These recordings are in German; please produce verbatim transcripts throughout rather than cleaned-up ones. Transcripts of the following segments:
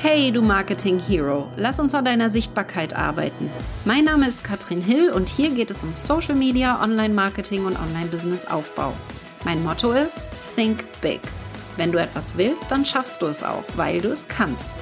Hey, du Marketing Hero, lass uns an deiner Sichtbarkeit arbeiten. Mein Name ist Katrin Hill und hier geht es um Social Media, Online-Marketing und Online-Business-Aufbau. Mein Motto ist Think Big. Wenn du etwas willst, dann schaffst du es auch, weil du es kannst.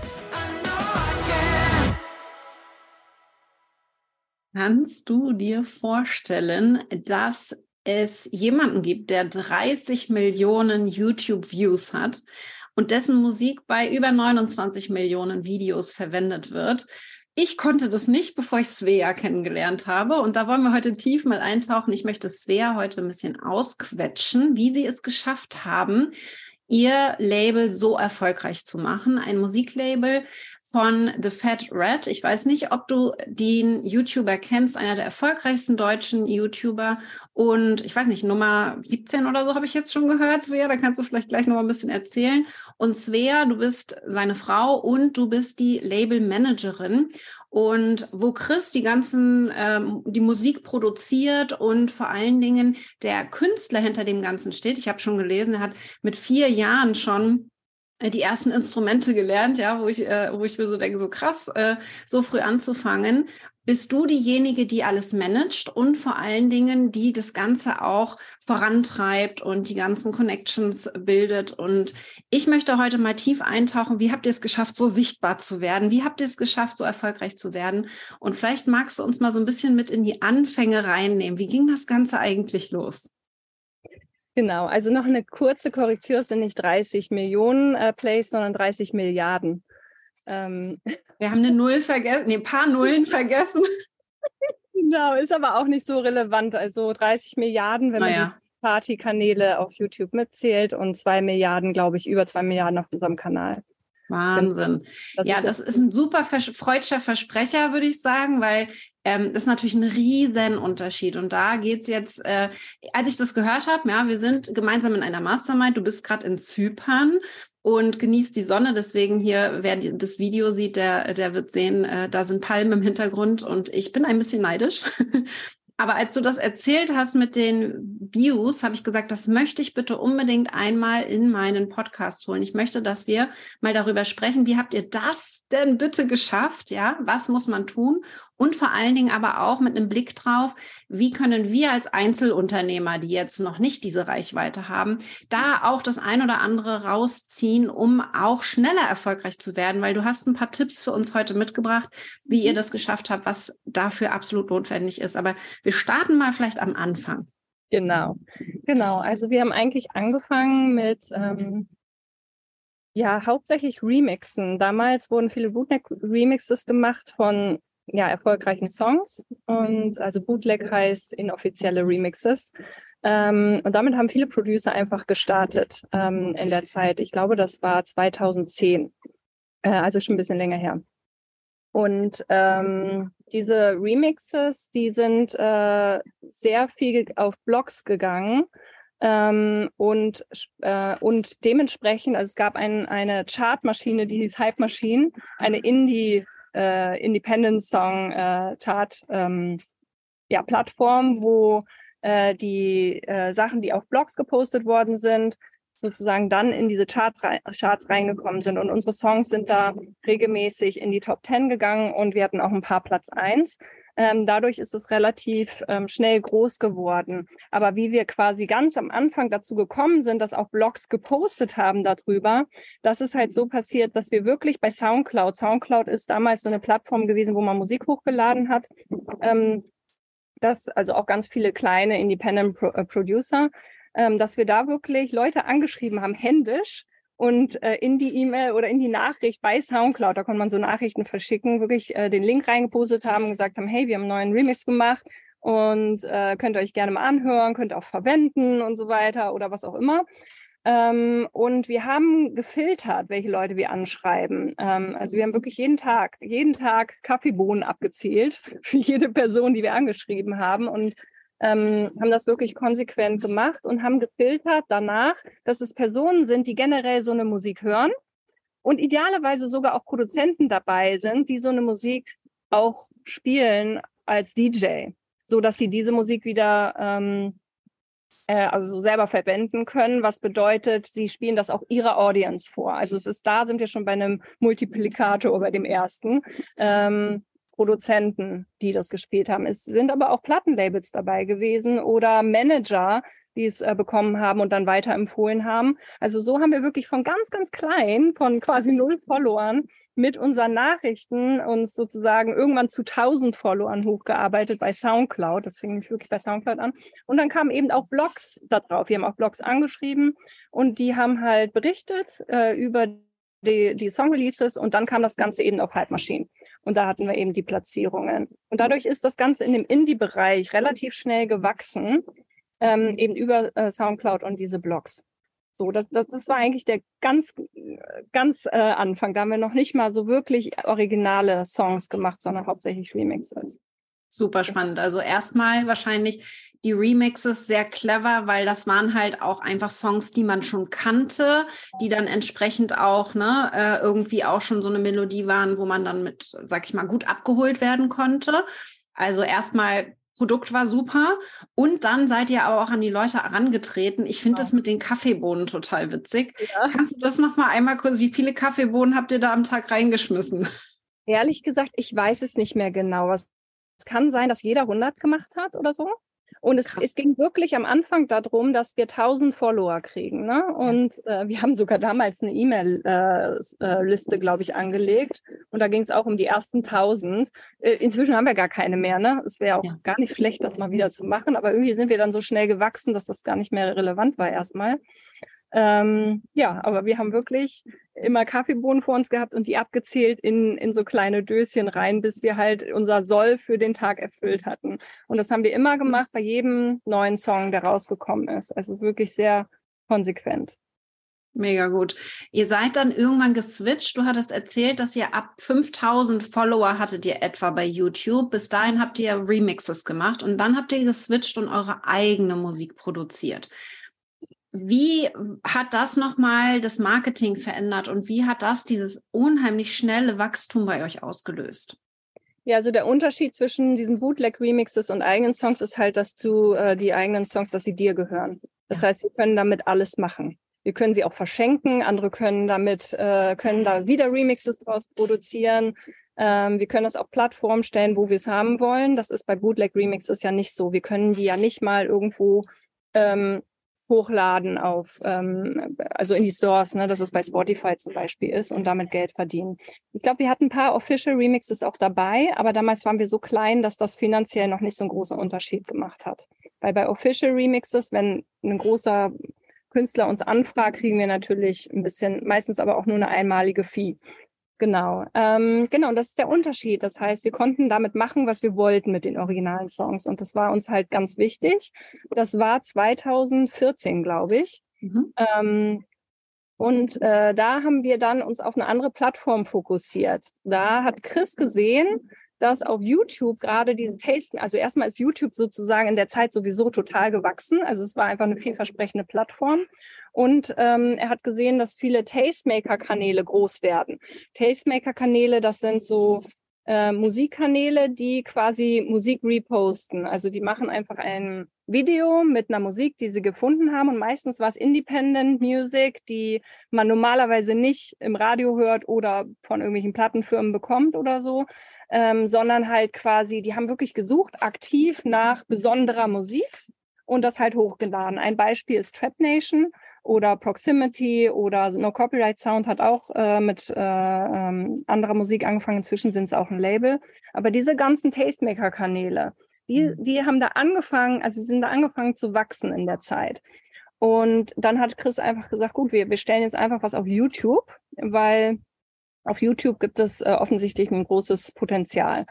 Kannst du dir vorstellen, dass es jemanden gibt, der dreißig Millionen YouTube-Views hat und dessen Musik bei über neunundzwanzig Millionen Videos verwendet wird? Ich konnte das nicht, bevor ich Svea kennengelernt habe. Und da wollen wir heute tief mal eintauchen. Ich möchte Svea heute ein bisschen ausquetschen, wie sie es geschafft haben, ihr Label so erfolgreich zu machen. Ein Musiklabel von The Fat Rat. Ich weiß nicht, ob du den YouTuber kennst, einer der erfolgreichsten deutschen YouTuber. Und ich weiß nicht, Nummer siebzehn oder so habe ich jetzt schon gehört, Svea. Da kannst du vielleicht gleich noch mal ein bisschen erzählen. Und Svea, du bist seine Frau und du bist die Labelmanagerin. Und wo Chris die ganzen, ähm, die Musik produziert und vor allen Dingen der Künstler hinter dem Ganzen steht. Ich habe schon gelesen, er hat mit vier Jahren schon die ersten Instrumente gelernt, ja, wo ich, äh, wo ich mir so denke, so krass, äh, so früh anzufangen. Bist du diejenige, die alles managt und vor allen Dingen, die das Ganze auch vorantreibt und die ganzen Connections bildet? Und ich möchte heute mal tief eintauchen. Wie habt ihr es geschafft, so sichtbar zu werden? Wie habt ihr es geschafft, so erfolgreich zu werden? Und vielleicht magst du uns mal so ein bisschen mit in die Anfänge reinnehmen. Wie ging das Ganze eigentlich los? Genau, also noch eine kurze Korrektur, es sind nicht dreißig Millionen äh, Plays, sondern dreißig Milliarden. Ähm. Wir haben eine Null vergessen, nee, ein paar Nullen vergessen. Genau, ist aber auch nicht so relevant. Also dreißig Milliarden, wenn naja. man die Partykanäle auf YouTube mitzählt und zwei Milliarden, glaube ich, über zwei Milliarden auf unserem Kanal. Wahnsinn. Das ja, das ist ein super freudscher Versprecher, würde ich sagen, weil ähm, das ist natürlich ein riesen Unterschied. Und da geht's jetzt, äh, als ich das gehört habe, ja, wir sind gemeinsam in einer Mastermind, du bist gerade in Zypern und genießt die Sonne. Deswegen hier, wer das Video sieht, der, der wird sehen, äh, da sind Palmen im Hintergrund und ich bin ein bisschen neidisch. Aber als du das erzählt hast mit den Views, habe ich gesagt, das möchte ich bitte unbedingt einmal in meinen Podcast holen. Ich möchte, dass wir mal darüber sprechen, wie habt ihr das denn bitte geschafft? Ja, was muss man tun? Und vor allen Dingen aber auch mit einem Blick drauf, wie können wir als Einzelunternehmer, die jetzt noch nicht diese Reichweite haben, da auch das ein oder andere rausziehen, um auch schneller erfolgreich zu werden? Weil du hast ein paar Tipps für uns heute mitgebracht, wie ihr das geschafft habt, was dafür absolut notwendig ist. Aber wir starten mal vielleicht am Anfang. Genau, genau. Also wir haben eigentlich angefangen mit ähm, ja hauptsächlich Remixen. Damals wurden viele Bootleg-Remixes gemacht von ja erfolgreichen Songs und also Bootleg heißt inoffizielle Remixes. Ähm, und damit haben viele Producer einfach gestartet ähm, in der Zeit. Ich glaube, das war zweitausendzehn, äh, also schon ein bisschen länger her. Und ähm, diese Remixes, die sind äh, sehr viel auf Blogs gegangen ähm, und, äh, und dementsprechend, also es gab ein, eine Chartmaschine, die hieß Hype Machine, eine Indie, äh, Independent Song äh, Chart ähm, ja, Plattform, wo äh, die äh, Sachen, die auf Blogs gepostet worden sind, sozusagen dann in diese Chart, Charts reingekommen sind. Und unsere Songs sind da regelmäßig in die Top zehn gegangen und wir hatten auch ein paar Platz eins. Ähm, dadurch ist es relativ ähm, schnell groß geworden. Aber wie wir quasi ganz am Anfang dazu gekommen sind, dass auch Blogs gepostet haben darüber, das ist halt so passiert, dass wir wirklich bei Soundcloud, Soundcloud ist damals so eine Plattform gewesen, wo man Musik hochgeladen hat, ähm, das, also auch ganz viele kleine Independent Pro- äh, Producer, Ähm, dass wir da wirklich Leute angeschrieben haben, händisch und äh, in die E-Mail oder in die Nachricht bei Soundcloud, da konnte man so Nachrichten verschicken, wirklich äh, den Link reingepostet haben und gesagt haben, hey, wir haben einen neuen Remix gemacht und äh, könnt ihr euch gerne mal anhören, könnt auch verwenden und so weiter oder was auch immer. Ähm, und wir haben gefiltert, welche Leute wir anschreiben. Ähm, also wir haben wirklich jeden Tag, jeden Tag Kaffeebohnen abgezählt für jede Person, die wir angeschrieben haben und Ähm, haben das wirklich konsequent gemacht und haben gefiltert danach, dass es Personen sind, die generell so eine Musik hören und idealerweise sogar auch Produzenten dabei sind, die so eine Musik auch spielen als D J, so dass sie diese Musik wieder ähm, äh, also selber verwenden können, was bedeutet, sie spielen das auch ihrer Audience vor. Also es ist, da sind wir schon bei einem Multiplikator, bei dem ersten. Ähm, Produzenten, die das gespielt haben. Es sind aber auch Plattenlabels dabei gewesen oder Manager, die es äh, bekommen haben und dann weiterempfohlen haben. Also so haben wir wirklich von ganz, ganz klein, von quasi null Followern mit unseren Nachrichten uns sozusagen irgendwann zu tausend Followern hochgearbeitet bei Soundcloud. Das fing nämlich wirklich bei Soundcloud an. Und dann kamen eben auch Blogs da drauf. Wir haben auch Blogs angeschrieben und die haben halt berichtet äh, über die, die Song-Releases und dann kam das Ganze eben auf Hype Machine. Und da hatten wir eben die Platzierungen. Und dadurch ist das Ganze in dem Indie-Bereich relativ schnell gewachsen, ähm, eben über äh, Soundcloud und diese Blogs. So, das, das, das war eigentlich der ganz, ganz äh, Anfang. Da haben wir noch nicht mal so wirklich originale Songs gemacht, sondern hauptsächlich Remixes. Super spannend. Also erstmal wahrscheinlich die Remixes sehr clever, weil das waren halt auch einfach Songs, die man schon kannte, die dann entsprechend auch ne, äh, irgendwie auch schon so eine Melodie waren, wo man dann mit, sag ich mal, gut abgeholt werden konnte. Also erstmal Produkt war super und dann seid ihr aber auch an die Leute herangetreten. Ich finde das mit den Kaffeebohnen total witzig. Ja. Kannst du das noch mal einmal kurz, wie viele Kaffeebohnen habt ihr da am Tag reingeschmissen? Ehrlich gesagt, ich weiß es nicht mehr genau. Es kann sein, dass jeder hundert gemacht hat oder so. Und es, es ging wirklich am Anfang darum, dass wir tausend Follower kriegen. Ne? Und ja. äh, wir haben sogar damals eine E-Mail-Liste, äh, äh, glaube ich, angelegt. Und da ging es auch um die ersten tausend. Äh, inzwischen haben wir gar keine mehr. Ne? Es wäre auch ja. gar nicht schlecht, das mal wieder zu machen. Aber irgendwie sind wir dann so schnell gewachsen, dass das gar nicht mehr relevant war erstmal. Ähm, ja, aber wir haben wirklich immer Kaffeebohnen vor uns gehabt und die abgezählt in, in so kleine Döschen rein, bis wir halt unser Soll für den Tag erfüllt hatten. Und das haben wir immer gemacht bei jedem neuen Song, der rausgekommen ist. Also wirklich sehr konsequent. Mega gut. Ihr seid dann irgendwann geswitcht. Du hattest erzählt, dass ihr ab fünftausend Follower hattet ihr etwa bei YouTube. Bis dahin habt ihr Remixes gemacht und dann habt ihr geswitcht und eure eigene Musik produziert. Wie hat das nochmal das Marketing verändert und wie hat das dieses unheimlich schnelle Wachstum bei euch ausgelöst? Ja, also der Unterschied zwischen diesen Bootleg-Remixes und eigenen Songs ist halt, dass du äh, die eigenen Songs, dass sie dir gehören. Das ja. heißt, wir können damit alles machen. Wir können sie auch verschenken, andere können damit, äh, können da wieder Remixes draus produzieren. Ähm, wir können das auf Plattformen stellen, wo wir es haben wollen. Das ist bei Bootleg-Remixes ja nicht so. Wir können die ja nicht mal irgendwo ähm, hochladen auf, ähm, also in die Stores, ne, dass es bei Spotify zum Beispiel ist und damit Geld verdienen. Ich glaube, wir hatten ein paar Official Remixes auch dabei, aber damals waren wir so klein, dass das finanziell noch nicht so einen großen Unterschied gemacht hat. Weil bei Official Remixes, wenn ein großer Künstler uns anfragt, kriegen wir natürlich ein bisschen, meistens aber auch nur eine einmalige Fee. Genau, ähm, genau, und das ist der Unterschied. Das heißt, wir konnten damit machen, was wir wollten mit den originalen Songs. Und das war uns halt ganz wichtig. Das war zweitausendvierzehn, glaube ich. Mhm. Ähm, und äh, da haben wir dann uns auf eine andere Plattform fokussiert. Da hat Chris gesehen, dass auf YouTube gerade diese Taste, also erstmal ist YouTube sozusagen in der Zeit sowieso total gewachsen. Also es war einfach eine vielversprechende Plattform. Und ähm, er hat gesehen, dass viele Tastemaker-Kanäle groß werden. Tastemaker-Kanäle, das sind so äh, Musikkanäle, die quasi Musik reposten. Also die machen einfach ein Video mit einer Musik, die sie gefunden haben. Und meistens war es Independent Music, die man normalerweise nicht im Radio hört oder von irgendwelchen Plattenfirmen bekommt oder so. Ähm, sondern halt quasi, die haben wirklich gesucht, aktiv nach besonderer Musik und das halt hochgeladen. Ein Beispiel ist Trap Nation oder Proximity oder No Copyright Sound hat auch äh, mit äh, ähm, anderer Musik angefangen. Inzwischen sind es auch ein Label. Aber diese ganzen Tastemaker-Kanäle, die, die haben da angefangen, also sind da angefangen zu wachsen in der Zeit. Und dann hat Chris einfach gesagt, gut, wir, wir stellen jetzt einfach was auf YouTube, weil auf YouTube gibt es äh, offensichtlich ein großes Potenzial.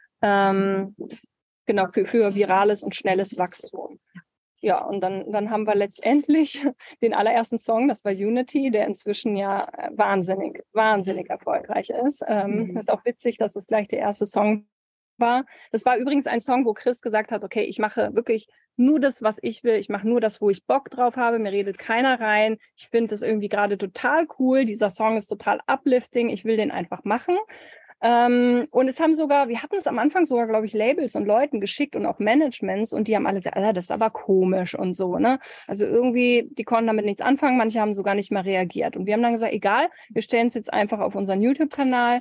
Ähm, genau, für, für virales und schnelles Wachstum. Ja, und dann, dann haben wir letztendlich den allerersten Song, das war Unity, der inzwischen ja wahnsinnig, wahnsinnig erfolgreich ist. Ähm, mhm. Ist auch witzig, dass es gleich der erste Song war. Das war übrigens ein Song, wo Chris gesagt hat, okay, ich mache wirklich nur das, was ich will. Ich mache nur das, wo ich Bock drauf habe. Mir redet keiner rein. Ich finde das irgendwie gerade total cool. Dieser Song ist total uplifting. Ich will den einfach machen. Ähm, und es haben sogar, wir hatten es am Anfang sogar, glaube ich, Labels und Leuten geschickt und auch Managements und die haben alle gesagt, ah, das ist aber komisch und so, ne? Also irgendwie, die konnten damit nichts anfangen, manche haben sogar nicht mal reagiert. Und wir haben dann gesagt, egal, wir stellen es jetzt einfach auf unseren YouTube-Kanal.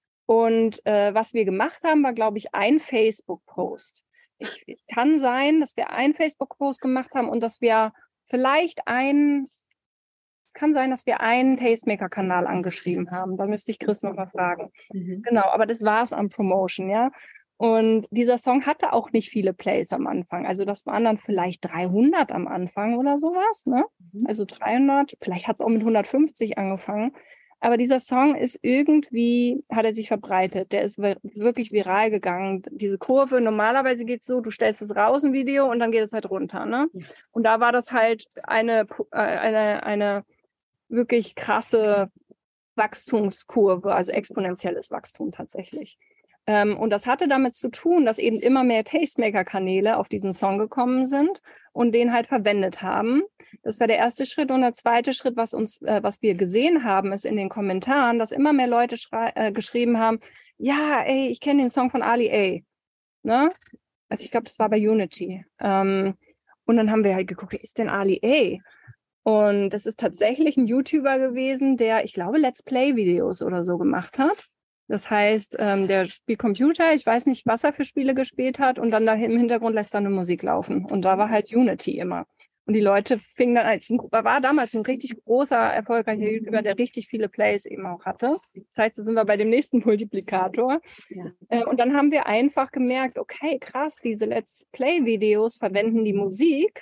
Und äh, was wir gemacht haben, war, glaube ich, ein Facebook-Post. Ich, es kann sein, dass wir einen Facebook-Post gemacht haben und dass wir vielleicht einen, es kann sein, dass wir einen Tastemaker-Kanal angeschrieben haben. Da müsste ich Chris nochmal fragen. Mhm. Genau, aber das war es an Promotion, ja. Und dieser Song hatte auch nicht viele Plays am Anfang. Also das waren dann vielleicht dreihundert am Anfang oder sowas, ne? Mhm. Also dreihundert, vielleicht hat es auch mit hundertfünfzig angefangen. Aber dieser Song ist irgendwie, hat er sich verbreitet. Der ist wirklich viral gegangen. Diese Kurve, normalerweise geht es so, du stellst es raus, ein Video, und dann geht es halt runter, ne? Ja. Und da war das halt eine, eine, eine wirklich krasse Wachstumskurve, also exponentielles Wachstum tatsächlich. Ähm, und das hatte damit zu tun, dass eben immer mehr Tastemaker-Kanäle auf diesen Song gekommen sind und den halt verwendet haben. Das war der erste Schritt. Und der zweite Schritt, was uns, äh, was wir gesehen haben, ist in den Kommentaren, dass immer mehr Leute äh, geschrieben haben, ja, ey, ich kenne den Song von Ali A. Ne? Also ich glaube, das war bei Unity. Ähm, und dann haben wir halt geguckt, wer ist denn Ali A? Und das ist tatsächlich ein YouTuber gewesen, der, ich glaube, Let's Play-Videos oder so gemacht hat. Das heißt, ähm, der spielt Computer, ich weiß nicht, was er für Spiele gespielt hat, und dann da im Hintergrund lässt er eine Musik laufen. Und da war halt Unity immer. Und die Leute fingen dann als, war damals ein richtig großer, erfolgreicher YouTuber, der richtig viele Plays eben auch hatte. Das heißt, da sind wir bei dem nächsten Multiplikator. Ja. Äh, und dann haben wir einfach gemerkt, okay, krass, diese Let's Play-Videos verwenden die Musik.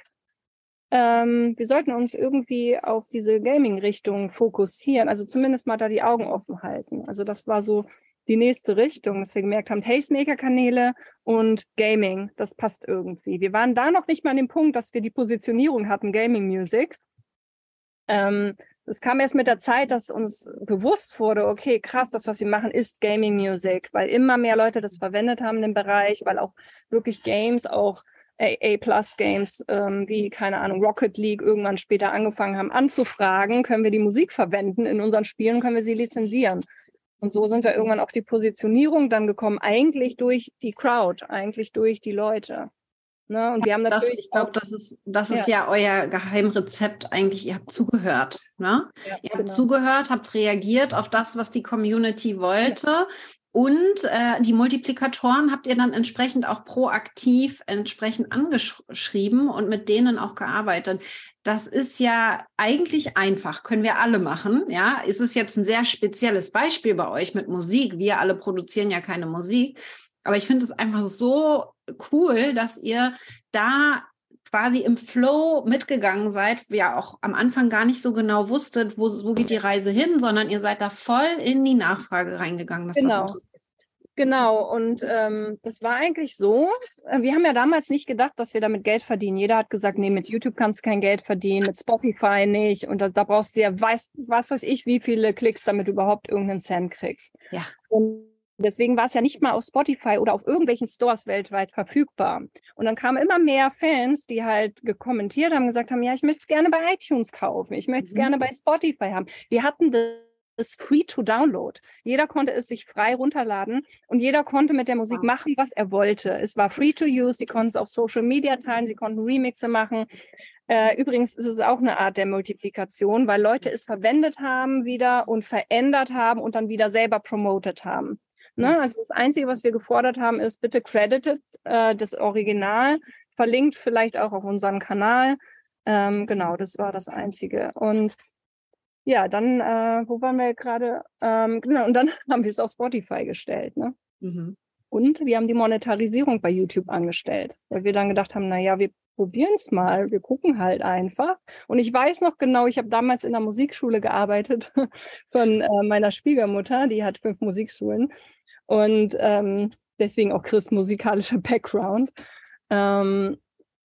Ähm, wir sollten uns irgendwie auf diese Gaming-Richtung fokussieren, also zumindest mal da die Augen offen halten. Also das war so die nächste Richtung, dass wir gemerkt haben, Tastemaker-Kanäle und Gaming, das passt irgendwie. Wir waren da noch nicht mal an dem Punkt, dass wir die Positionierung hatten, Gaming-Music. Ähm, es kam erst mit der Zeit, dass uns bewusst wurde, okay, krass, das, was wir machen, ist Gaming-Music, weil immer mehr Leute das verwendet haben in dem Bereich, weil auch wirklich Games auch A-Plus-Games ähm, wie, keine Ahnung, Rocket League irgendwann später angefangen haben anzufragen, können wir die Musik verwenden in unseren Spielen, können wir sie lizenzieren. Und so sind wir irgendwann auf die Positionierung dann gekommen, eigentlich durch die Crowd, eigentlich durch die Leute. Ne? Und wir haben natürlich das, ich glaube, das ist, das ist ja. ja euer Geheimrezept eigentlich. Ihr habt zugehört. Ne? Ja, ihr habt genau. zugehört, habt reagiert auf das, was die Community wollte. Ja. Und äh, die Multiplikatoren habt ihr dann entsprechend auch proaktiv entsprechend angeschrieben und mit denen auch gearbeitet. Das ist ja eigentlich einfach, können wir alle machen. Ja, es ist jetzt ein sehr spezielles Beispiel bei euch mit Musik. Wir alle produzieren ja keine Musik. Aber ich finde es einfach so cool, dass ihr da quasi im Flow mitgegangen seid, ja auch am Anfang gar nicht so genau wusstet, wo, wo geht die Reise hin, sondern ihr seid da voll in die Nachfrage reingegangen. Das genau. Genau, und ähm, das war eigentlich so, äh, wir haben ja damals nicht gedacht, dass wir damit Geld verdienen. Jeder hat gesagt, nee, mit YouTube kannst du kein Geld verdienen, mit Spotify nicht, und da, da brauchst du ja, weiß, was weiß ich, wie viele Klicks, damit du überhaupt irgendeinen Cent kriegst. Ja. Und deswegen war es ja nicht mal auf Spotify oder auf irgendwelchen Stores weltweit verfügbar. Und dann kamen immer mehr Fans, die halt gekommentiert haben, gesagt haben, ja, ich möchte es gerne bei iTunes kaufen, ich möchte es mhm. gerne bei Spotify haben. Wir hatten das ist free to download. Jeder konnte es sich frei runterladen und jeder konnte mit der Musik machen, was er wollte. Es war free to use, sie konnten es auf Social Media teilen, sie konnten Remixe machen. Äh, übrigens ist es auch eine Art der Multiplikation, weil Leute es verwendet haben wieder und verändert haben und dann wieder selber promotet haben. Ne? Also das Einzige, was wir gefordert haben, ist, bitte credited äh, das Original, verlinkt vielleicht auch auf unseren Kanal. Ähm, genau, das war das Einzige. Und ja, dann, äh, wo waren wir gerade? Ähm, genau, und dann haben wir es auf Spotify gestellt. Ne? Mhm. Und wir haben die Monetarisierung bei YouTube angestellt, weil wir dann gedacht haben, naja, wir probieren es mal, wir gucken halt einfach. Und ich weiß noch genau, ich habe damals in der Musikschule gearbeitet von äh, meiner Schwiegermutter, die hat fünf Musikschulen. Und ähm, deswegen auch Chris' musikalischer Background. Ähm,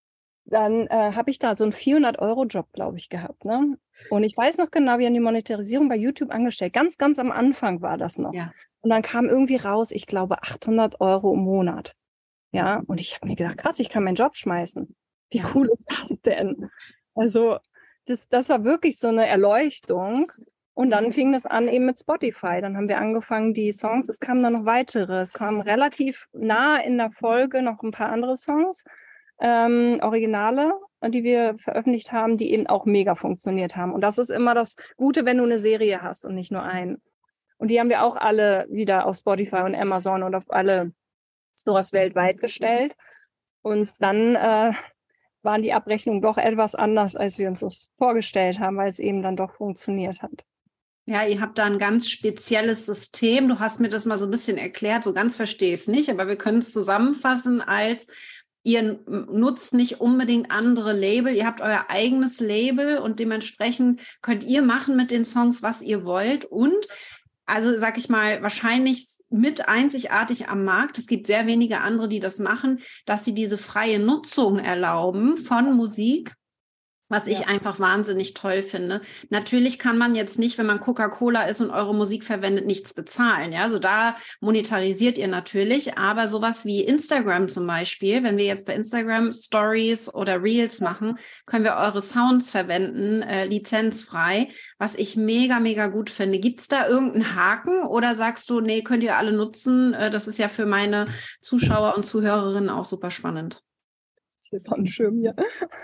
dann äh, habe ich da so einen vierhundert-Euro-Job, glaube ich, gehabt. Ne? Und ich weiß noch genau, wir haben die Monetarisierung bei YouTube angestellt. Ganz, ganz am Anfang war das noch. Ja. Und dann kam irgendwie raus, ich glaube, achthundert Euro im Monat. Ja, und ich habe mir gedacht, krass, ich kann meinen Job schmeißen. Wie ja. cool ist das denn? Also das, das war wirklich so eine Erleuchtung. Und dann fing es an eben mit Spotify. Dann haben wir angefangen, die Songs, es kamen dann noch weitere. Es kamen relativ nah in der Folge noch ein paar andere Songs, ähm, Originale, die wir veröffentlicht haben, die eben auch mega funktioniert haben. Und das ist immer das Gute, wenn du eine Serie hast und nicht nur einen. Und die haben wir auch alle wieder auf Spotify und Amazon und auf alle Stores weltweit gestellt. Und dann äh, waren die Abrechnungen doch etwas anders, als wir uns das vorgestellt haben, weil es eben dann doch funktioniert hat. Ja, ihr habt da ein ganz spezielles System. Du hast mir das mal so ein bisschen erklärt, so ganz verstehe ich es nicht, aber wir können es zusammenfassen als, ihr nutzt nicht unbedingt andere Label, ihr habt euer eigenes Label und dementsprechend könnt ihr machen mit den Songs, was ihr wollt. Und also, sag ich mal, wahrscheinlich mit einzigartig am Markt, es gibt sehr wenige andere, die das machen, dass sie diese freie Nutzung erlauben von Musik, was ich ja. einfach wahnsinnig toll finde. Natürlich kann man jetzt nicht, wenn man Coca-Cola ist und eure Musik verwendet, nichts bezahlen. Ja, also da monetarisiert ihr natürlich, aber sowas wie Instagram zum Beispiel, wenn wir jetzt bei Instagram Stories oder Reels machen, können wir eure Sounds verwenden, äh, lizenzfrei, was ich mega, mega gut finde. Gibt es da irgendeinen Haken oder sagst du, nee, könnt ihr alle nutzen? Äh, das ist ja für meine Zuschauer und Zuhörerinnen auch super spannend. Das ist hier so ein Schirm hier.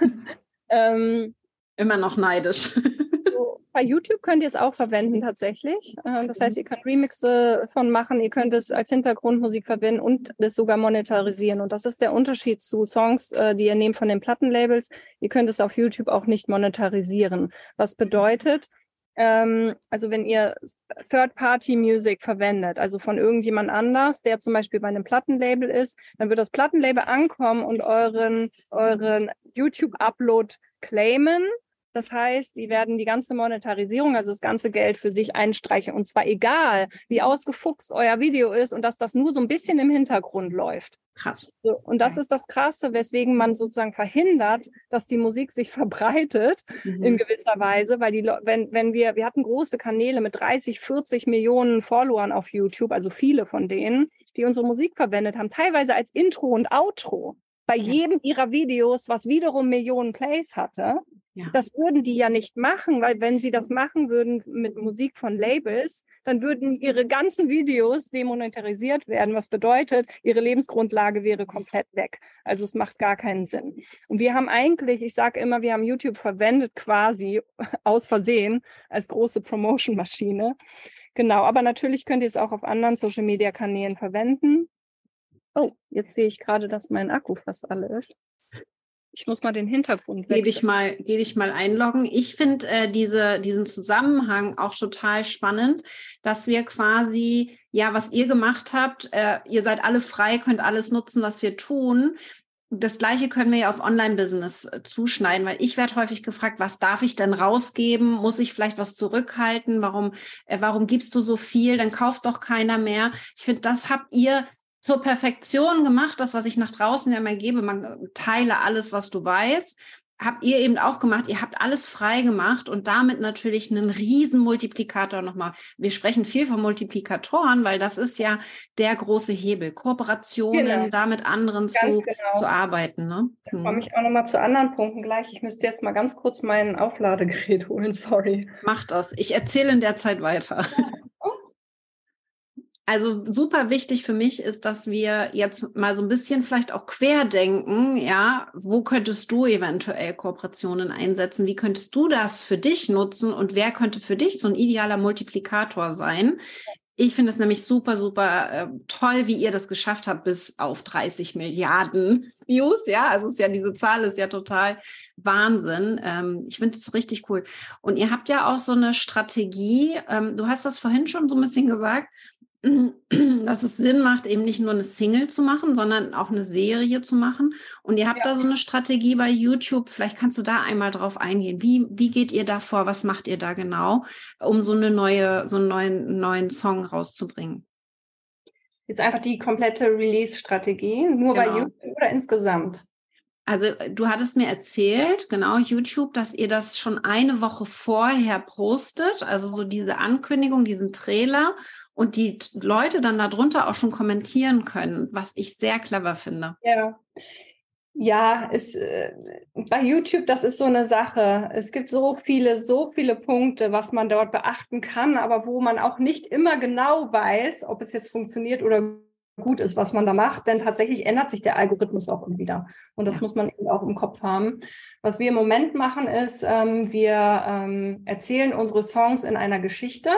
Ähm, Immer noch neidisch. So, bei YouTube könnt ihr es auch verwenden tatsächlich. Äh, das heißt, ihr könnt Remixe von machen, ihr könnt es als Hintergrundmusik verwenden und es sogar monetarisieren. Und das ist der Unterschied zu Songs, äh, die ihr nehmt von den Plattenlabels. Ihr könnt es auf YouTube auch nicht monetarisieren. Was bedeutet, ähm, also wenn ihr Third-Party-Music verwendet, also von irgendjemand anders, der zum Beispiel bei einem Plattenlabel ist, dann wird das Plattenlabel ankommen und euren, euren YouTube-Upload claimen. Das heißt, die werden die ganze Monetarisierung, also das ganze Geld für sich einstreichen. Und zwar egal, wie ausgefuchst euer Video ist und dass das nur so ein bisschen im Hintergrund läuft. Krass. So, und das ist das Krasse, weswegen man sozusagen verhindert, dass die Musik sich verbreitet mhm. in gewisser Weise, weil die, wenn, wenn wir, wir hatten große Kanäle mit dreißig, vierzig Millionen Followern auf YouTube, also viele von denen, die unsere Musik verwendet haben, teilweise als Intro und Outro bei jedem ihrer Videos, was wiederum Millionen Plays hatte. Ja. Das würden die ja nicht machen, weil wenn sie das machen würden mit Musik von Labels, dann würden ihre ganzen Videos demonetarisiert werden, was bedeutet, ihre Lebensgrundlage wäre komplett weg. Also es macht gar keinen Sinn. Und wir haben eigentlich, ich sage immer, wir haben YouTube verwendet quasi aus Versehen als große Promotion-Maschine. Genau, aber natürlich könnt ihr es auch auf anderen Social-Media-Kanälen verwenden. Oh, jetzt sehe ich gerade, dass mein Akku fast alle ist. Ich muss mal den Hintergrund wechseln. Geh dich mal, geh dich mal einloggen. Ich finde äh, diese, diesen Zusammenhang auch total spannend, dass wir quasi, ja, was ihr gemacht habt, äh, ihr seid alle frei, könnt alles nutzen, was wir tun. Das Gleiche können wir ja auf Online-Business äh, zuschneiden, weil ich werde häufig gefragt, was darf ich denn rausgeben? Muss ich vielleicht was zurückhalten? Warum, äh, warum gibst du so viel? Dann kauft doch keiner mehr. Ich finde, das habt ihr zur Perfektion gemacht, das, was ich nach draußen ja immer gebe, man teile alles, was du weißt, habt ihr eben auch gemacht. Ihr habt alles frei gemacht und damit natürlich einen riesen Multiplikator nochmal. Wir sprechen viel von Multiplikatoren, weil das ist ja der große Hebel, Kooperationen, genau. da mit anderen zu, genau. zu arbeiten. Ne? Da komme ich auch nochmal zu anderen Punkten gleich. Ich müsste jetzt mal ganz kurz mein Aufladegerät holen, sorry. Mach das. Ich erzähle in der Zeit weiter. Ja. Also super wichtig für mich ist, dass wir jetzt mal so ein bisschen vielleicht auch querdenken, ja, wo könntest du eventuell Kooperationen einsetzen? Wie könntest du das für dich nutzen und wer könnte für dich so ein idealer Multiplikator sein? Ich finde es nämlich super, super äh, toll, wie ihr das geschafft habt bis auf dreißig Milliarden Views, ja, also ist ja, diese Zahl ist ja total Wahnsinn. Ähm, ich finde es richtig cool. Und ihr habt ja auch so eine Strategie, ähm, du hast das vorhin schon so ein bisschen gesagt, dass es Sinn macht, eben nicht nur eine Single zu machen, sondern auch eine Serie zu machen. Und ihr habt ja. da so eine Strategie bei YouTube. Vielleicht kannst du da einmal drauf eingehen. Wie, wie geht ihr da vor? Was macht ihr da genau, um so eine neue, so einen neuen, neuen Song rauszubringen? Jetzt einfach die komplette Release-Strategie, nur genau. bei YouTube oder insgesamt? Also du hattest mir erzählt, genau, YouTube, dass ihr das schon eine Woche vorher postet, also so diese Ankündigung, diesen Trailer und die Leute dann darunter auch schon kommentieren können, was ich sehr clever finde. Ja, Ja, ist, äh, bei YouTube, das ist so eine Sache. Es gibt so viele, so viele Punkte, was man dort beachten kann, aber wo man auch nicht immer genau weiß, ob es jetzt funktioniert oder gut ist, was man da macht, denn tatsächlich ändert sich der Algorithmus auch immer wieder. Und das ja. muss man eben auch im Kopf haben. Was wir im Moment machen, ist, ähm, wir ähm, erzählen unsere Songs in einer Geschichte.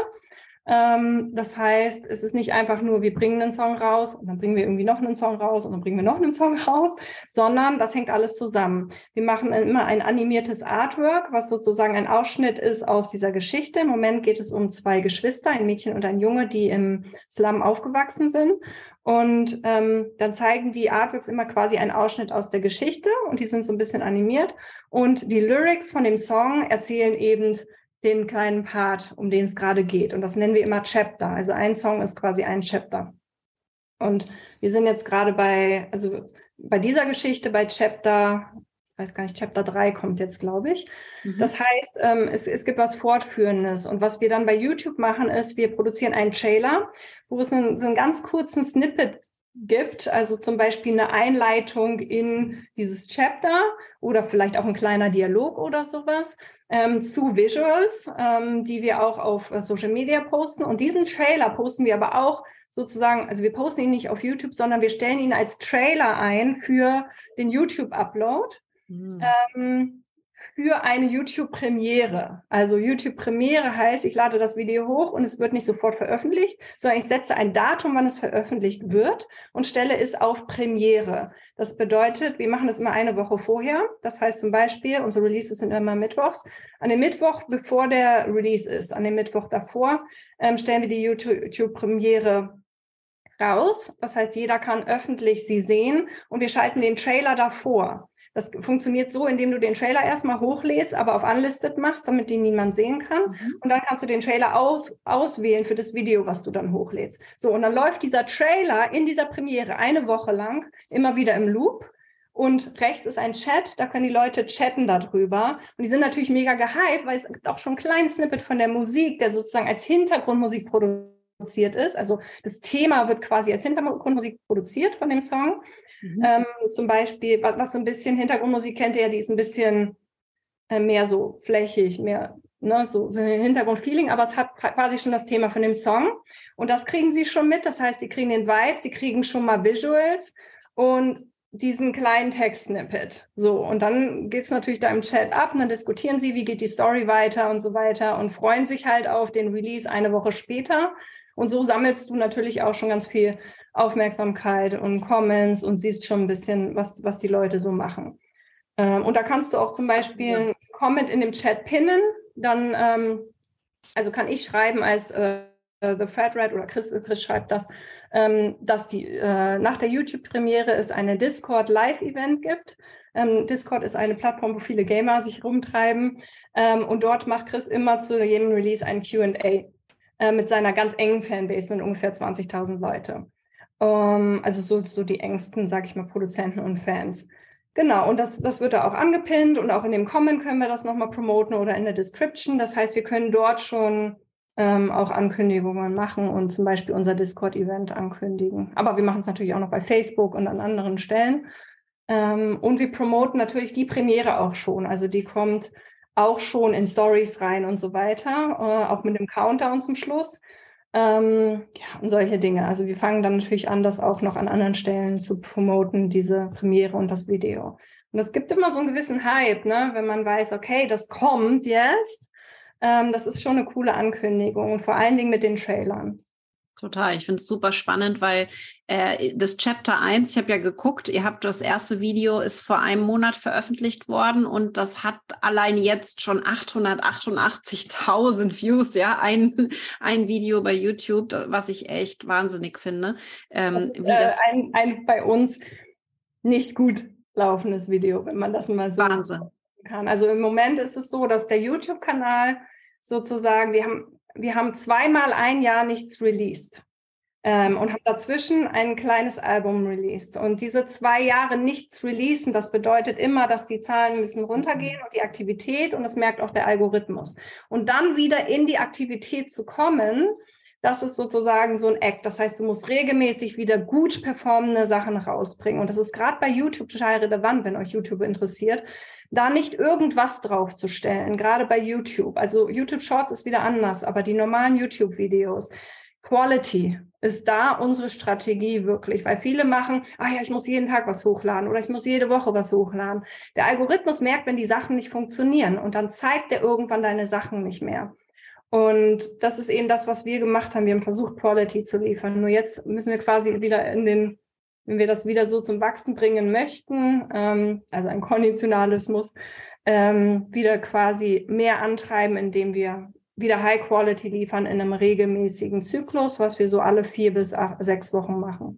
Ähm, das heißt, es ist nicht einfach nur, wir bringen einen Song raus und dann bringen wir irgendwie noch einen Song raus und dann bringen wir noch einen Song raus, sondern das hängt alles zusammen. Wir machen immer ein animiertes Artwork, was sozusagen ein Ausschnitt ist aus dieser Geschichte. Im Moment geht es um zwei Geschwister, ein Mädchen und ein Junge, die im Slum aufgewachsen sind. Und ähm, dann zeigen die Artworks immer quasi einen Ausschnitt aus der Geschichte und die sind so ein bisschen animiert. Und die Lyrics von dem Song erzählen eben den kleinen Part, um den es gerade geht. Und das nennen wir immer Chapter. Also ein Song ist quasi ein Chapter. Und wir sind jetzt gerade bei, also bei dieser Geschichte, bei Chapter, ich weiß gar nicht, Chapter drei kommt jetzt, glaube ich. Mhm. Das heißt, ähm, es, es gibt was Fortführendes. Und was wir dann bei YouTube machen, ist, wir produzieren einen Trailer, wo es einen, so einen ganz kurzen Snippet gibt, also zum Beispiel eine Einleitung in dieses Chapter oder vielleicht auch ein kleiner Dialog oder sowas ähm, zu Visuals, ähm, die wir auch auf äh, Social Media posten. Und diesen Trailer posten wir aber auch sozusagen, also wir posten ihn nicht auf YouTube, sondern wir stellen ihn als Trailer ein für den YouTube-Upload. Mhm. Ähm, für eine YouTube-Premiere. Also YouTube-Premiere heißt, ich lade das Video hoch und es wird nicht sofort veröffentlicht, sondern ich setze ein Datum, wann es veröffentlicht wird und stelle es auf Premiere. Das bedeutet, wir machen das immer eine Woche vorher. Das heißt zum Beispiel, unsere Releases sind immer mittwochs. An dem Mittwoch, bevor der Release ist, an dem Mittwoch davor, ähm, stellen wir die YouTube-Premiere raus. Das heißt, jeder kann öffentlich sie sehen und wir schalten den Trailer davor. Das funktioniert so, indem du den Trailer erstmal hochlädst, aber auf Unlisted machst, damit den niemand sehen kann. Mhm. Und dann kannst du den Trailer aus, auswählen für das Video, was du dann hochlädst. So, und dann läuft dieser Trailer in dieser Premiere eine Woche lang immer wieder im Loop. Und rechts ist ein Chat, da können die Leute chatten darüber. Und die sind natürlich mega gehypt, weil es gibt auch schon einen kleinen Snippet von der Musik, der sozusagen als Hintergrundmusik produziert ist. Also das Thema wird quasi als Hintergrundmusik produziert von dem Song. Mhm. Ähm, zum Beispiel, was, was so ein bisschen Hintergrundmusik kennt ihr ja, die ist ein bisschen äh, mehr so flächig, mehr ne, so, so ein Hintergrundfeeling, aber es hat quasi schon das Thema von dem Song und das kriegen sie schon mit, das heißt, sie kriegen den Vibe, sie kriegen schon mal Visuals und diesen kleinen Text-Snippet. So, und dann geht es natürlich da im Chat ab und dann diskutieren sie, wie geht die Story weiter und so weiter und freuen sich halt auf den Release eine Woche später. Und so sammelst du natürlich auch schon ganz viel Aufmerksamkeit und Comments und siehst schon ein bisschen, was, was die Leute so machen. Ähm, und da kannst du auch zum Beispiel einen Comment in dem Chat pinnen. Dann, ähm, also kann ich schreiben als äh, The Fat Rat oder Chris, Chris schreibt das, ähm, dass die äh, nach der YouTube-Premiere es eine Discord-Live-Event gibt. Ähm, Discord ist eine Plattform, wo viele Gamer sich rumtreiben. Ähm, und dort macht Chris immer zu jedem Release ein Q and A. Mit seiner ganz engen Fanbase sind ungefähr zwanzigtausend Leute. Um, also so, so die engsten, sag ich mal, Produzenten und Fans. Genau, und das, das wird da auch angepinnt und auch in dem Comment können wir das nochmal promoten oder in der Description. Das heißt, wir können dort schon ähm, auch Ankündigungen machen und zum Beispiel unser Discord-Event ankündigen. Aber wir machen es natürlich auch noch bei Facebook und an anderen Stellen. Ähm, und wir promoten natürlich die Premiere auch schon. Also die kommt auch schon in Stories rein und so weiter, äh, auch mit dem Countdown zum Schluss. Ähm, ja, und solche Dinge. Also wir fangen dann natürlich an, das auch noch an anderen Stellen zu promoten, diese Premiere und das Video. Und es gibt immer so einen gewissen Hype, ne, wenn man weiß, okay, das kommt jetzt. Ähm, das ist schon eine coole Ankündigung und vor allen Dingen mit den Trailern. Total, ich finde es super spannend, weil äh, das Chapter eins, ich habe ja geguckt, ihr habt das erste Video, ist vor einem Monat veröffentlicht worden und das hat allein jetzt schon achthundertachtundachtzigtausend Views, ja, ein, ein Video bei YouTube, was ich echt wahnsinnig finde. Ähm, das ist, wie das äh, ein, ein bei uns nicht gut laufendes Video, wenn man das mal so Wahnsinn. kann. Also im Moment ist es so, dass der YouTube-Kanal sozusagen, wir haben Wir haben zweimal ein Jahr nichts released ähm, und haben dazwischen ein kleines Album released. Und diese zwei Jahre nichts releasen, das bedeutet immer, dass die Zahlen ein bisschen runtergehen und die Aktivität und das merkt auch der Algorithmus. Und dann wieder in die Aktivität zu kommen, das ist sozusagen so ein Act. Das heißt, du musst regelmäßig wieder gut performende Sachen rausbringen. Und das ist gerade bei YouTube total relevant, wenn euch YouTube interessiert, da nicht irgendwas draufzustellen, gerade bei YouTube. Also YouTube Shorts ist wieder anders, aber die normalen YouTube-Videos, Quality ist da unsere Strategie wirklich, weil viele machen, ah ja, ich muss jeden Tag was hochladen oder ich muss jede Woche was hochladen. Der Algorithmus merkt, wenn die Sachen nicht funktionieren und dann zeigt er irgendwann deine Sachen nicht mehr. Und das ist eben das, was wir gemacht haben. Wir haben versucht, Quality zu liefern. Nur jetzt müssen wir quasi wieder in den, wenn wir das wieder so zum Wachsen bringen möchten, ähm, also ein Konditionalismus, ähm, wieder quasi mehr antreiben, indem wir wieder High Quality liefern in einem regelmäßigen Zyklus, was wir so alle vier bis acht, sechs Wochen machen.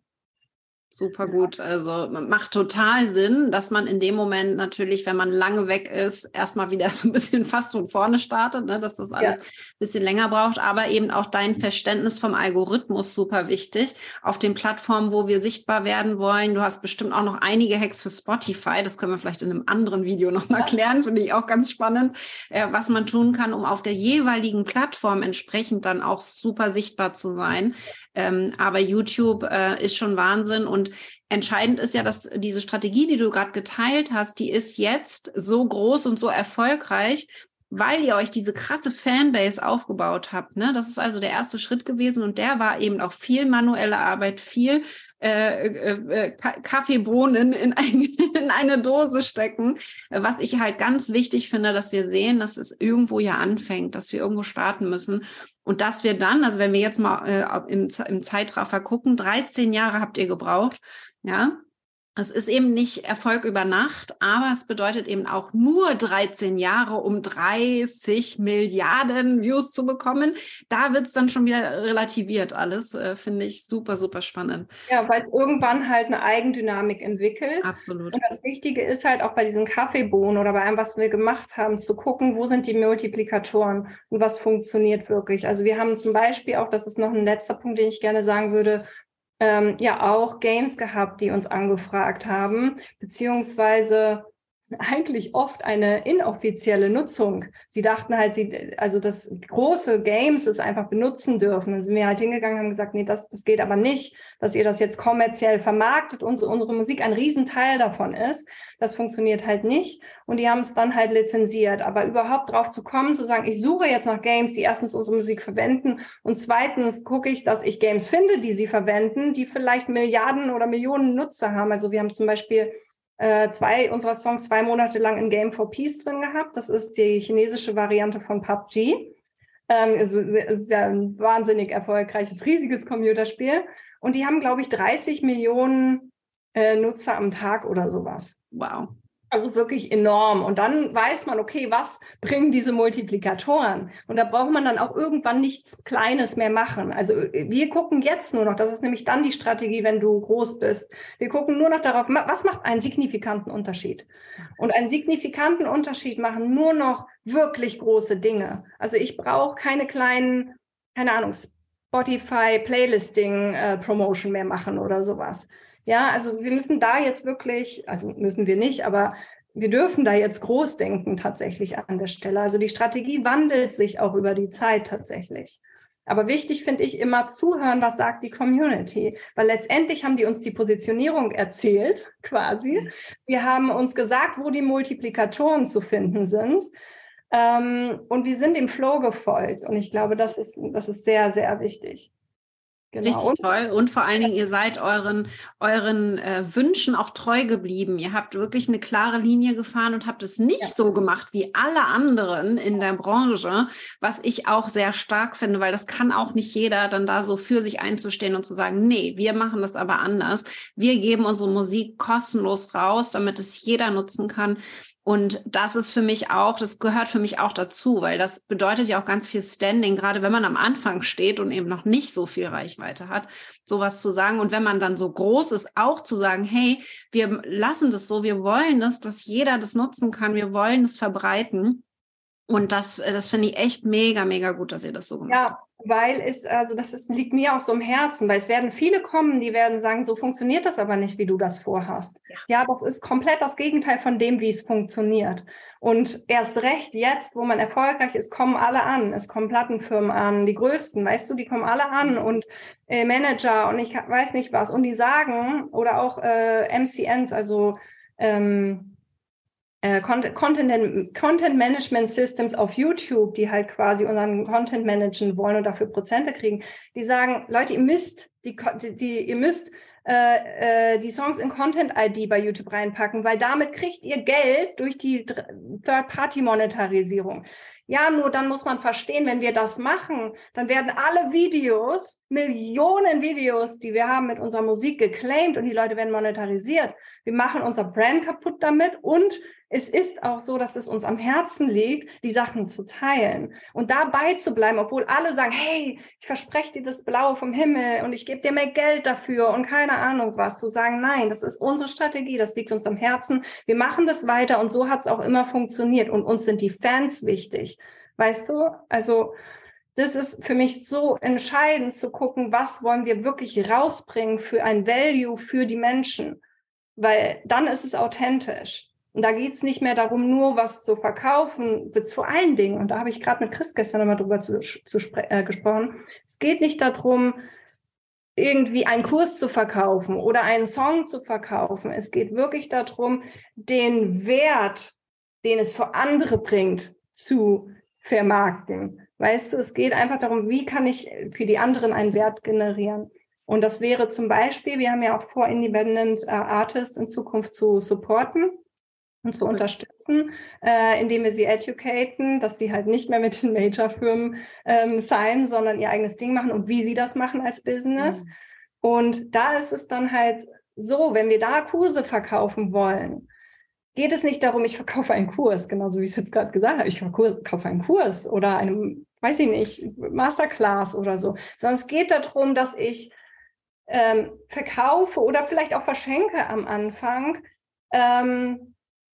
Super gut. Also macht total Sinn, dass man in dem Moment natürlich, wenn man lange weg ist, erstmal wieder so ein bisschen fast von vorne startet, ne, dass das alles ja. ein bisschen länger braucht, aber eben auch dein Verständnis vom Algorithmus super wichtig. Auf den Plattformen, wo wir sichtbar werden wollen, du hast bestimmt auch noch einige Hacks für Spotify, das können wir vielleicht in einem anderen Video nochmal ja. klären, finde ich auch ganz spannend, äh, was man tun kann, um auf der jeweiligen Plattform entsprechend dann auch super sichtbar zu sein. Ähm, aber YouTube äh, ist schon Wahnsinn und entscheidend ist ja, dass diese Strategie, die du gerade geteilt hast, die ist jetzt so groß und so erfolgreich, weil ihr euch diese krasse Fanbase aufgebaut habt. Ne? Das ist also der erste Schritt gewesen und der war eben auch viel manuelle Arbeit, viel äh, äh, Kaffeebohnen in, ein, in eine Dose stecken, was ich halt ganz wichtig finde, dass wir sehen, dass es irgendwo ja anfängt, dass wir irgendwo starten müssen und dass wir dann, also wenn wir jetzt mal äh, im, im Zeitraffer gucken, dreizehn Jahre habt ihr gebraucht, ja, es ist eben nicht Erfolg über Nacht, aber es bedeutet eben auch nur dreizehn Jahre, um dreißig Milliarden Views zu bekommen. Da wird es dann schon wieder relativiert alles, äh, finde ich super, super spannend. Ja, weil es irgendwann halt eine Eigendynamik entwickelt. Absolut. Und das Wichtige ist halt auch bei diesen Kaffeebohnen oder bei allem, was wir gemacht haben, zu gucken, wo sind die Multiplikatoren und was funktioniert wirklich. Also wir haben zum Beispiel auch, das ist noch ein letzter Punkt, den ich gerne sagen würde, Ähm, ja auch Games gehabt, die uns angefragt haben, beziehungsweise eigentlich oft eine inoffizielle Nutzung. Sie dachten halt, sie, also dass große Games es einfach benutzen dürfen. Dann sind wir halt hingegangen und haben gesagt, nee, das, das geht aber nicht, dass ihr das jetzt kommerziell vermarktet und unsere Musik ein Riesenteil davon ist. Das funktioniert halt nicht. Und die haben es dann halt lizenziert. Aber überhaupt drauf zu kommen, zu sagen, ich suche jetzt nach Games, die erstens unsere Musik verwenden und zweitens gucke ich, dass ich Games finde, die sie verwenden, die vielleicht Milliarden oder Millionen Nutzer haben. Also wir haben zum Beispiel Äh, zwei unserer Songs zwei Monate lang in Game for Peace drin gehabt. Das ist die chinesische Variante von P U B G. Ähm, ist, ist ja ein wahnsinnig erfolgreiches, riesiges Computerspiel. Und die haben, glaube ich, dreißig Millionen äh, Nutzer am Tag oder sowas. Wow. Also wirklich enorm. Und dann weiß man, okay, was bringen diese Multiplikatoren? Und da braucht man dann auch irgendwann nichts Kleines mehr machen. Also wir gucken jetzt nur noch, das ist nämlich dann die Strategie, wenn du groß bist. Wir gucken nur noch darauf, was macht einen signifikanten Unterschied? Und einen signifikanten Unterschied machen nur noch wirklich große Dinge. Also ich brauche keine kleinen, keine Ahnung, Spotify Playlisting äh, Promotion mehr machen oder sowas. Ja, also wir müssen da jetzt wirklich, also müssen wir nicht, aber wir dürfen da jetzt groß denken tatsächlich an der Stelle. Also die Strategie wandelt sich auch über die Zeit tatsächlich. Aber wichtig finde ich immer zuhören, was sagt die Community. Weil letztendlich haben die uns die Positionierung erzählt, quasi. Wir haben uns gesagt, wo die Multiplikatoren zu finden sind. Ähm, und wir sind dem Flow gefolgt. Und ich glaube, das ist, das ist sehr, sehr wichtig. Genau. Richtig und, toll. Und vor allen Dingen, ihr seid euren, euren äh, Wünschen auch treu geblieben. Ihr habt wirklich eine klare Linie gefahren und habt es nicht ja. so gemacht wie alle anderen in der Branche, was ich auch sehr stark finde, weil das kann auch nicht jeder dann da so für sich einzustehen und zu sagen, nee, wir machen das aber anders. Wir geben unsere Musik kostenlos raus, damit es jeder nutzen kann. Und das ist für mich auch, das gehört für mich auch dazu, weil das bedeutet ja auch ganz viel Standing, gerade wenn man am Anfang steht und eben noch nicht so viel Reichweite hat, sowas zu sagen. Und wenn man dann so groß ist, auch zu sagen, hey, wir lassen das so, wir wollen das, dass jeder das nutzen kann, wir wollen es verbreiten. Und das, das finde ich echt mega, mega gut, dass ihr das so gemacht habt. Ja, weil es, also das ist, liegt mir auch so im Herzen, weil es werden viele kommen, die werden sagen, so funktioniert das aber nicht, wie du das vorhast. Ja, ja, das ist komplett das Gegenteil von dem, wie es funktioniert. Und erst recht jetzt, wo man erfolgreich ist, kommen alle an. Es kommen Plattenfirmen an, die größten, weißt du, die kommen alle an und äh, Manager und ich weiß nicht was. Und die sagen, oder auch äh, M C Ns, also ähm, Content, Content Management Systems auf YouTube, die halt quasi unseren Content managen wollen und dafür Prozente kriegen, die sagen, Leute, ihr müsst die, die ihr müsst äh, äh, die Songs in Content I D bei YouTube reinpacken, weil damit kriegt ihr Geld durch die Third-Party-Monetarisierung. Ja, nur dann muss man verstehen, wenn wir das machen, dann werden alle Videos, Millionen Videos, die wir haben mit unserer Musik geclaimed und die Leute werden monetarisiert. Wir machen unser Brand kaputt damit und es ist auch so, dass es uns am Herzen liegt, die Sachen zu teilen und dabei zu bleiben, obwohl alle sagen, hey, ich verspreche dir das Blaue vom Himmel und ich gebe dir mehr Geld dafür und keine Ahnung was. Zu sagen, nein, das ist unsere Strategie, das liegt uns am Herzen. Wir machen das weiter und so hat es auch immer funktioniert und uns sind die Fans wichtig. Weißt du, also das ist für mich so entscheidend zu gucken, was wollen wir wirklich rausbringen für ein Value für die Menschen, weil dann ist es authentisch. Und da geht es nicht mehr darum, nur was zu verkaufen, zu allen Dingen. Und da habe ich gerade mit Chris gestern nochmal drüber zu, zu äh, gesprochen. Es geht nicht darum, irgendwie einen Kurs zu verkaufen oder einen Song zu verkaufen. Es geht wirklich darum, den Wert, den es für andere bringt, zu vermarkten. Weißt du, es geht einfach darum, wie kann ich für die anderen einen Wert generieren. Und das wäre zum Beispiel, wir haben ja auch vor, Independent Artists in Zukunft zu supporten und zu unterstützen, äh, indem wir sie educaten, dass sie halt nicht mehr mit den Major-Firmen ähm, sein, sondern ihr eigenes Ding machen und wie sie das machen als Business. Mhm. Und da ist es dann halt so, wenn wir da Kurse verkaufen wollen, geht es nicht darum, ich verkaufe einen Kurs, genauso wie ich es jetzt gerade gesagt habe, ich verkaufe einen Kurs oder einen, weiß ich nicht, Masterclass oder so, sondern es geht darum, dass ich ähm, verkaufe oder vielleicht auch verschenke am Anfang, ähm,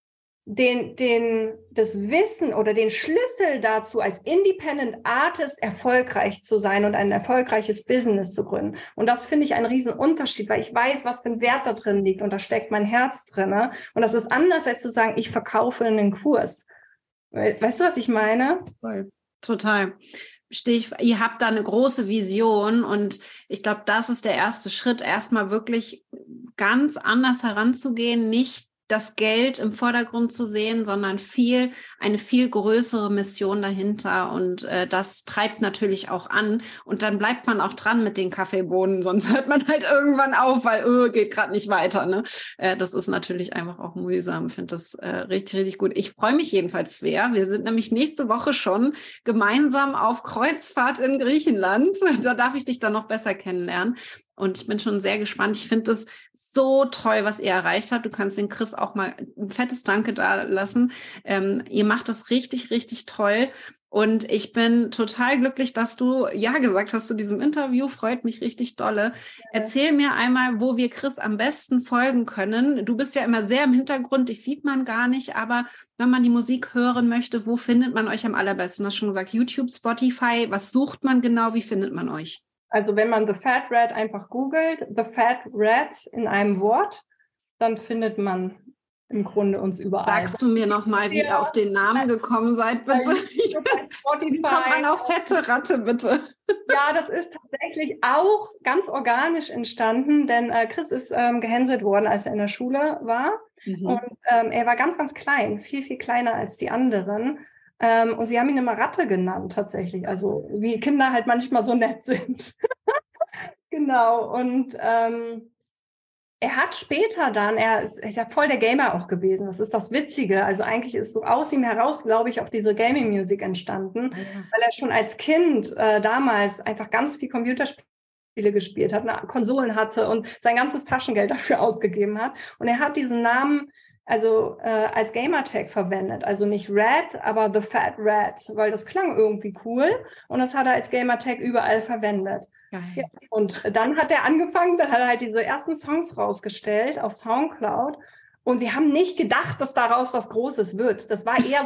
den, den, das Wissen oder den Schlüssel dazu, als Independent Artist erfolgreich zu sein und ein erfolgreiches Business zu gründen. Und das finde ich einen riesen Unterschied, weil ich weiß, was für ein Wert da drin liegt und da steckt mein Herz drin. Ne? Und das ist anders, als zu sagen, ich verkaufe einen Kurs. Weißt du, was ich meine? Total. Ich, ihr habt da eine große Vision und ich glaube, das ist der erste Schritt, erstmal wirklich ganz anders heranzugehen, nicht das Geld im Vordergrund zu sehen, sondern viel, eine viel größere Mission dahinter und äh, das treibt natürlich auch an und dann bleibt man auch dran mit den Kaffeebohnen, sonst hört man halt irgendwann auf, weil oh, geht gerade nicht weiter. Ne? Äh, das ist natürlich einfach auch mühsam, ich finde das äh, richtig, richtig gut. Ich freue mich jedenfalls, Svea. Wir sind nämlich nächste Woche schon gemeinsam auf Kreuzfahrt in Griechenland. Da darf ich dich dann noch besser kennenlernen. Und ich bin schon sehr gespannt. Ich finde es so toll, was ihr erreicht habt. Du kannst den Chris auch mal ein fettes Danke da lassen. Ähm, ihr macht das richtig, richtig toll. Und ich bin total glücklich, dass du Ja gesagt hast zu diesem Interview. Freut mich richtig dolle. Ja. Erzähl mir einmal, wo wir Chris am besten folgen können. Du bist ja immer sehr im Hintergrund, dich sieht man gar nicht. Aber wenn man die Musik hören möchte, wo findet man euch am allerbesten? Du hast schon gesagt, YouTube, Spotify. Was sucht man genau? Wie findet man euch? Also wenn man The Fat Rat einfach googelt, The Fat Rat in einem Wort, dann findet man im Grunde uns überall. Sagst du mir nochmal, wie ihr auf den Namen gekommen seid, bitte? Wie kommt man auf fette Ratte, bitte? Ja, das ist tatsächlich auch ganz organisch entstanden, denn äh, Chris ist ähm, gehänselt worden, als er in der Schule war. Mhm. Und ähm, er war ganz, ganz klein, viel, viel kleiner als die anderen. Ähm, und sie haben ihn immer Ratte genannt, tatsächlich. Also wie Kinder halt manchmal so nett sind. Genau. Und ähm, er hat später dann, er ist, er ist ja voll der Gamer auch gewesen. Das ist das Witzige. Also eigentlich ist so aus ihm heraus, glaube ich, auch diese Gaming-Musik entstanden, ja. Weil er schon als Kind äh, damals einfach ganz viel Computerspiele gespielt hat, Konsolen hatte und sein ganzes Taschengeld dafür ausgegeben hat. Und er hat diesen Namen also äh, als Gamertag verwendet. Also nicht Rat, aber The Fat Rat, weil das klang irgendwie cool. Und das hat er als Gamertag überall verwendet. Ja, und dann hat er angefangen, dann hat er halt diese ersten Songs rausgestellt auf Soundcloud. Und wir haben nicht gedacht, dass daraus was Großes wird. Das war eher so, ich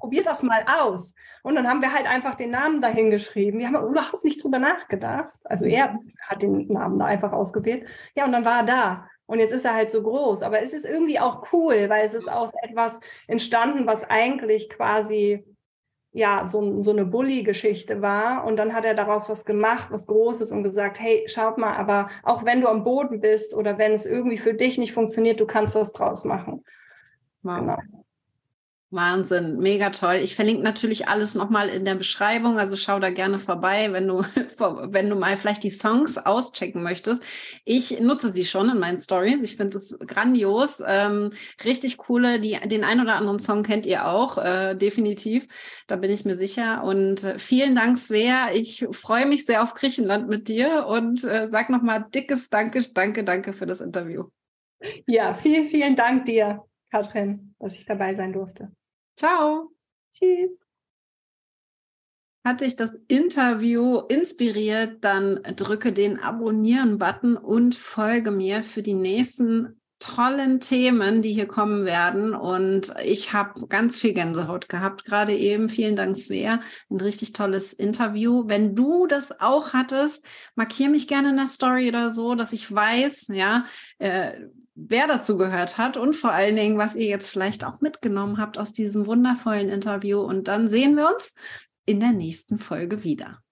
probier das mal aus. Und dann haben wir halt einfach den Namen dahin geschrieben. Wir haben überhaupt nicht drüber nachgedacht. Also er hat den Namen da einfach ausgewählt. Ja, und dann war er da. Und jetzt ist er halt so groß. Aber es ist irgendwie auch cool, weil es ist aus etwas entstanden, was eigentlich quasi ja so, so eine Bully-Geschichte war. Und dann hat er daraus was gemacht, was Großes und gesagt, hey, schaut mal, aber auch wenn du am Boden bist oder wenn es irgendwie für dich nicht funktioniert, du kannst was draus machen. Wow. Genau. Wahnsinn, mega toll. Ich verlinke natürlich alles nochmal in der Beschreibung, also schau da gerne vorbei, wenn du, wenn du mal vielleicht die Songs auschecken möchtest. Ich nutze sie schon in meinen Stories. Ich finde es grandios, ähm, richtig coole. Die, den ein oder anderen Song kennt ihr auch, äh, definitiv. Da bin ich mir sicher. Und äh, vielen Dank, Svea. Ich freue mich sehr auf Griechenland mit dir und äh, sag nochmal dickes Danke, danke, danke für das Interview. Ja, vielen, vielen Dank dir, Katrin, dass ich dabei sein durfte. Ciao. Tschüss. Hat dich das Interview inspiriert, dann drücke den Abonnieren-Button und folge mir für die nächsten tollen Themen, die hier kommen werden. Und ich habe ganz viel Gänsehaut gehabt, gerade eben. Vielen Dank, Svea. Ein richtig tolles Interview. Wenn du das auch hattest, markiere mich gerne in der Story oder so, dass ich weiß, ja, äh, wer dazu gehört hat und vor allen Dingen, was ihr jetzt vielleicht auch mitgenommen habt aus diesem wundervollen Interview. Und dann sehen wir uns in der nächsten Folge wieder.